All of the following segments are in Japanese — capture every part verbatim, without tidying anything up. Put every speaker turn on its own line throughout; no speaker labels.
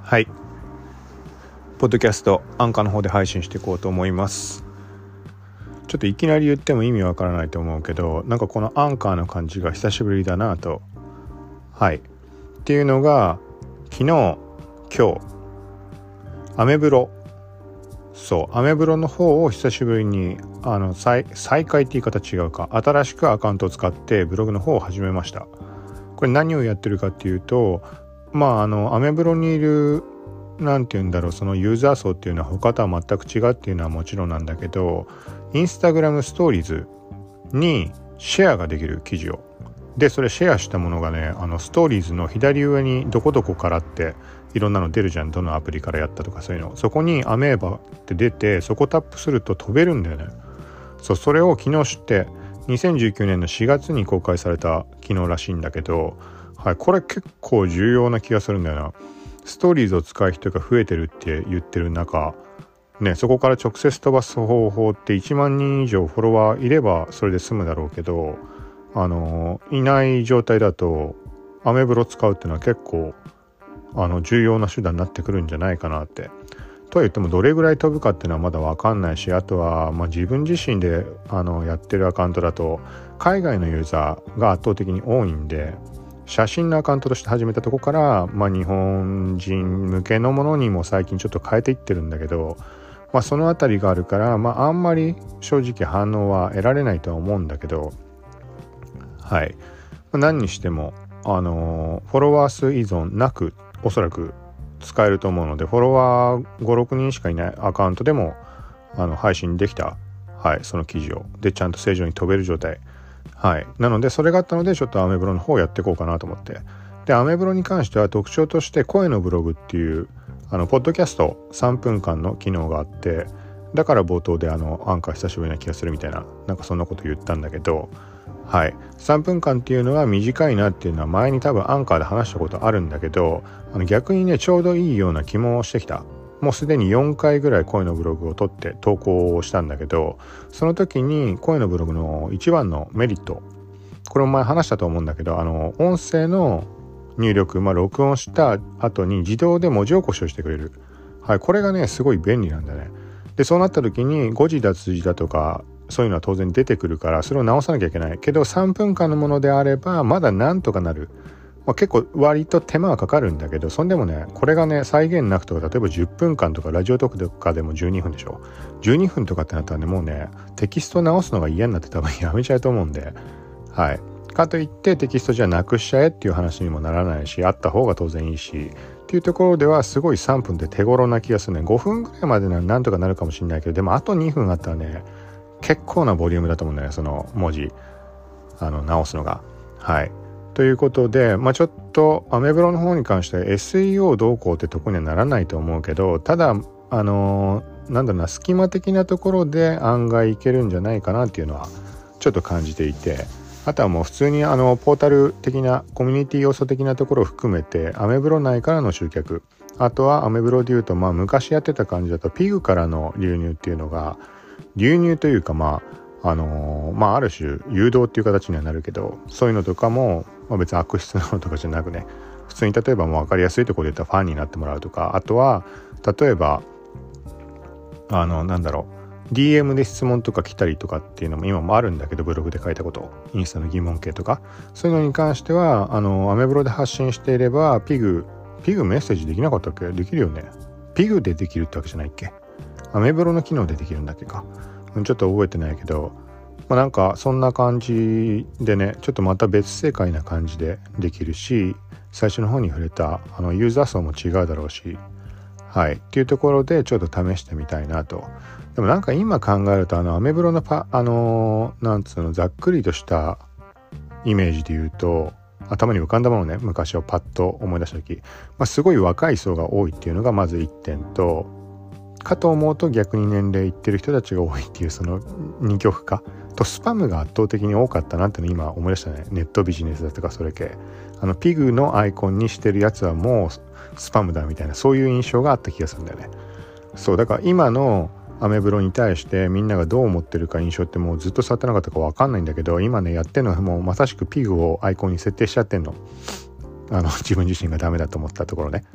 はい、ポッドキャストアンカーの方で配信していこうと思います。ちょっといきなり言っても意味わからないと思うけど、なんかこのアンカーの感じが久しぶりだなと。はいっていうのが、昨日今日アメブロそうアメブロの方を久しぶりにあの 再, 再開って言い方違うか新しくアカウントを使ってブログの方を始めました。これ何をやってるかっていうと、まああのアメブロにいるなんていうんだろうそのユーザー層っていうのは他とは全く違うっていうのはもちろんなんだけど、インスタグラムストーリーズにシェアができる記事をでそれシェアしたものがね、あのストーリーズの左上にどこどこからっていろんなの出るじゃん。どのアプリからやったとかそういうの、そこにアメーバって出て、そこタップすると飛べるんだよね。そうそれを昨日知って、にせんじゅうきゅうねんのしがつに公開された機能らしいんだけど、はい、これ結構重要な気がするんだよな。ストーリーズを使う人が増えてるって言ってる中ね、そこから直接飛ばす方法っていちまんにん以上フォロワーいればそれで済むだろうけど、あのいない状態だとアメブロ使うっていうのは結構あの重要な手段になってくるんじゃないかなって。とは言ってもどれぐらい飛ぶかっていうのはまだ分かんないし、あとはまあ自分自身であのやってるアカウントだと海外のユーザーが圧倒的に多いんで、写真のアカウントとして始めたとこから、まあ、日本人向けのものにも最近ちょっと変えていってるんだけど、まあ、そのあたりがあるから、まあ、あんまり正直反応は得られないとは思うんだけど、はい、何にしてもあのフォロワー数依存なくおそらく使えると思うので、フォロワーご、ろくにんしかいないアカウントでもあの配信できた、はい、その記事をでちゃんと正常に飛べる状態、はい、なのでそれがあったのでちょっとアメブロの方をやっていこうかなと思って。でアメブロに関しては特徴として声のブログっていうあのポッドキャストさんぷんかんの機能があって、だから冒頭であのアンカー久しぶりな気がするみたいな、なんかそんなこと言ったんだけど、はい、さんぷんかんっていうのは短いなっていうのは前に多分アンカーで話したことあるんだけど、あの逆にねちょうどいいような気もしてきた。もうすでによんかいぐらい声のブログを撮って投稿をしたんだけど、その時に声のブログの一番のメリット、これも前話したと思うんだけど、あの音声の入力、まあ録音した後に自動で文字起こしをしてくれる、はい、これがねすごい便利なんだね。でそうなった時に誤字脱字だとかそういうのは当然出てくるから、それを直さなきゃいけないけど、さんぷんかんのものであればまだなんとかなる。まあ、結構割と手間はかかるんだけど、そんでもねこれがね再現なくとか、例えばじゅっぷんかんとかラジオトークとかでもじゅうにふんでしょ。じゅうにふんとかってなったらね、もうねテキスト直すのが嫌になって多分やめちゃうと思うんで、はい、かといってテキストじゃなくしちゃえっていう話にもならないし、あった方が当然いいしっていうところではすごいさんぷんで手頃な気がするね。ごふんぐらいまでならなんとかなるかもしれないけど、でもあとにふんあったらね結構なボリュームだと思うんだよね、その文字あの直すのが。はいということで、まあ、ちょっとアメブロの方に関しては エスイーオー どうこうってとこにはならないと思うけど、ただあのー、なんだろうな隙間的なところで案外いけるんじゃないかなっていうのはちょっと感じていて、あとはもう普通にあのポータル的なコミュニティ要素的なところを含めてアメブロ内からの集客、あとはアメブロでいうとまあ昔やってた感じだとピグからの流入っていうのが、流入というかまああのー、まあある種誘導っていう形にはなるけど、そういうのとかも、まあ、別に悪質なのとかじゃなくね、普通に例えばもう分かりやすいところで言ったらファンになってもらうとか、あとは例えばあのなんだろう ディーエム で質問とか来たりとかっていうのも今もあるんだけど、ブログで書いたこと、インスタの疑問系とかそういうのに関してはあのアメブロで発信していれば、ピグピグメッセージできなかったっけ？できるよね。ピグでできるってわけじゃないっけ？アメブロの機能でできるんだっけか、ちょっと覚えてないけど、まあ、なんかそんな感じでね、ちょっとまた別世界な感じでできるし、最初の方に触れたあのユーザー層も違うだろうし、はいっていうところでちょっと試してみたいなと。でもなんか今考えるとあのアメブロのパあのー、なんつうのざっくりとしたイメージで言うと、頭に浮かんだものね、昔をパッと思い出した時、まあ、すごい若い層が多いっていうのがまずいってんと、かと思うと逆に年齢いってる人たちが多いっていうその二極化と、スパムが圧倒的に多かったなっていうのを今思い出したね。ネットビジネスだとかそれ系、あのピグのアイコンにしてるやつはもうスパムだみたいな、そういう印象があった気がするんだよね。そうだから今のアメブロに対してみんながどう思ってるか印象ってもうずっと触ってなかったか分かんないんだけど、今ねやってるのはもうまさしくピグをアイコンに設定しちゃってんの。あの自分自身がダメだと思ったところね。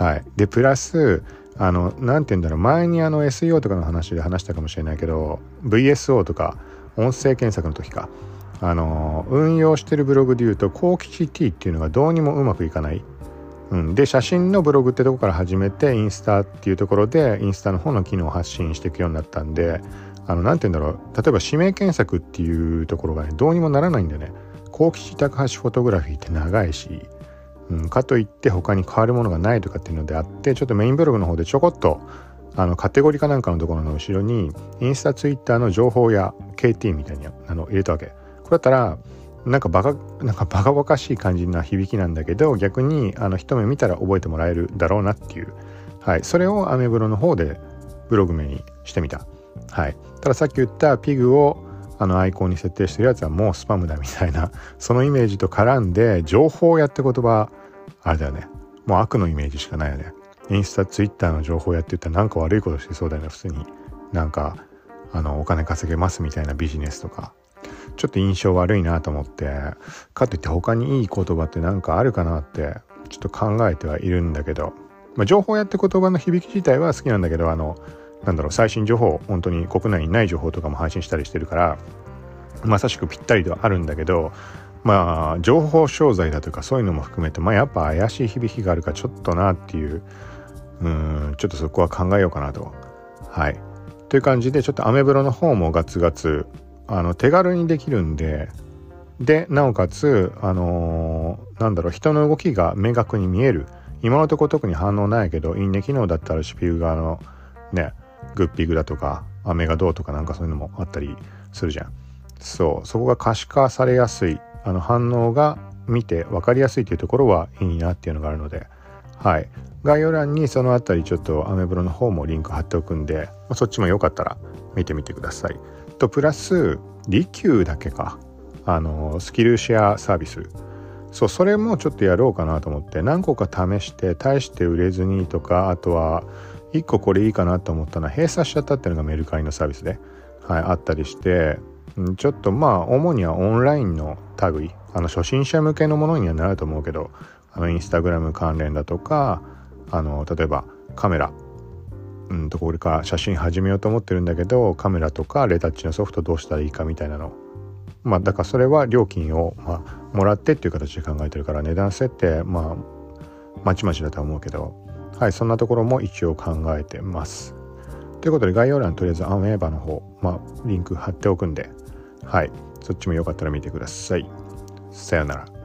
はい。で、プラス、あの、なんて言うんだろう、前にあの エスイーオー とかの話で話したかもしれないけど、ブイエスオー とか、音声検索の時か、あの、運用してるブログで言うと、幸吉 T っていうのがどうにもうまくいかない。うん。で、写真のブログってとこから始めて、インスタっていうところで、インスタの方の機能を発信していくようになったんで、あの、なんて言うんだろう、例えば指名検索っていうところがね、どうにもならないんだよね。幸吉高橋フォトグラフィーって長いし、うん、かといって他に変わるものがないとかっていうのであって、ちょっとメインブログの方でちょこっとあのカテゴリーかなんかのところの後ろにインスタツイッターの情報や ケーティー みたいにあの入れたわけ。これだったらなんかバカなんかバカバカしい感じな響きなんだけど、逆にあの一目見たら覚えてもらえるだろうなっていう、はい、それをアメブロの方でブログ名にしてみた。はい、たださっき言ったピグをあのアイコンに設定してるやつはもうスパムだみたいな、そのイメージと絡んで情報屋って言葉あれだよね、もう悪のイメージしかないよね。インスタツイッターの情報屋って言ったらなんか悪いことしてそうだよね。普通になんかあのお金稼げますみたいなビジネスとか、ちょっと印象悪いなと思って、かといって他にいい言葉ってなんかあるかなってちょっと考えてはいるんだけど、まあ、情報屋って言葉の響き自体は好きなんだけど、あのなんだろう、最新情報、本当に国内にない情報とかも配信したりしてるからまさしくぴったりではあるんだけど、まあ情報商材だとかそういうのも含めて、まあやっぱ怪しい響きがあるからちょっとなっていう、うーんちょっとそこは考えようかなと。はいという感じで、ちょっとアメブロの方もガツガツあの手軽にできるんで、でなおかつあのー、なんだろう、人の動きが明確に見える。今のところ特に反応ないけど、いいね機能だったらシピウ側のねグッピグだとかアメがどうとかなんかそういうのもあったりするじゃん。そうそこが可視化されやすい、あの反応が見て分かりやすいというところはいいなっていうのがあるので、はい概要欄にそのあたりちょっとアメブロの方もリンク貼っておくんで、そっちもよかったら見てみてください。とプラスリキューだけか、あのスキルシェアサービス、そうそれもちょっとやろうかなと思って何個か試して、大して売れずにとか、あとはいっここれいいかなと思ったのは閉鎖しちゃったっていうのがメルカリのサービスで、はい、あったりして、ちょっとまあ主にはオンラインの類、あの初心者向けのものにはなると思うけど、あのインスタグラム関連だとか、あの例えばカメラ、うんとこれから写真始めようと思ってるんだけど、カメラとかレタッチのソフトどうしたらいいかみたいなの、まあだからそれは料金をまあもらってっていう形で考えてるから、値段設定まあまちまちだとは思うけど、はい、そんなところも一応考えてます。ということで概要欄とりあえずアメーバの方、まあリンク貼っておくんで、はい、そっちもよかったら見てください。さよなら。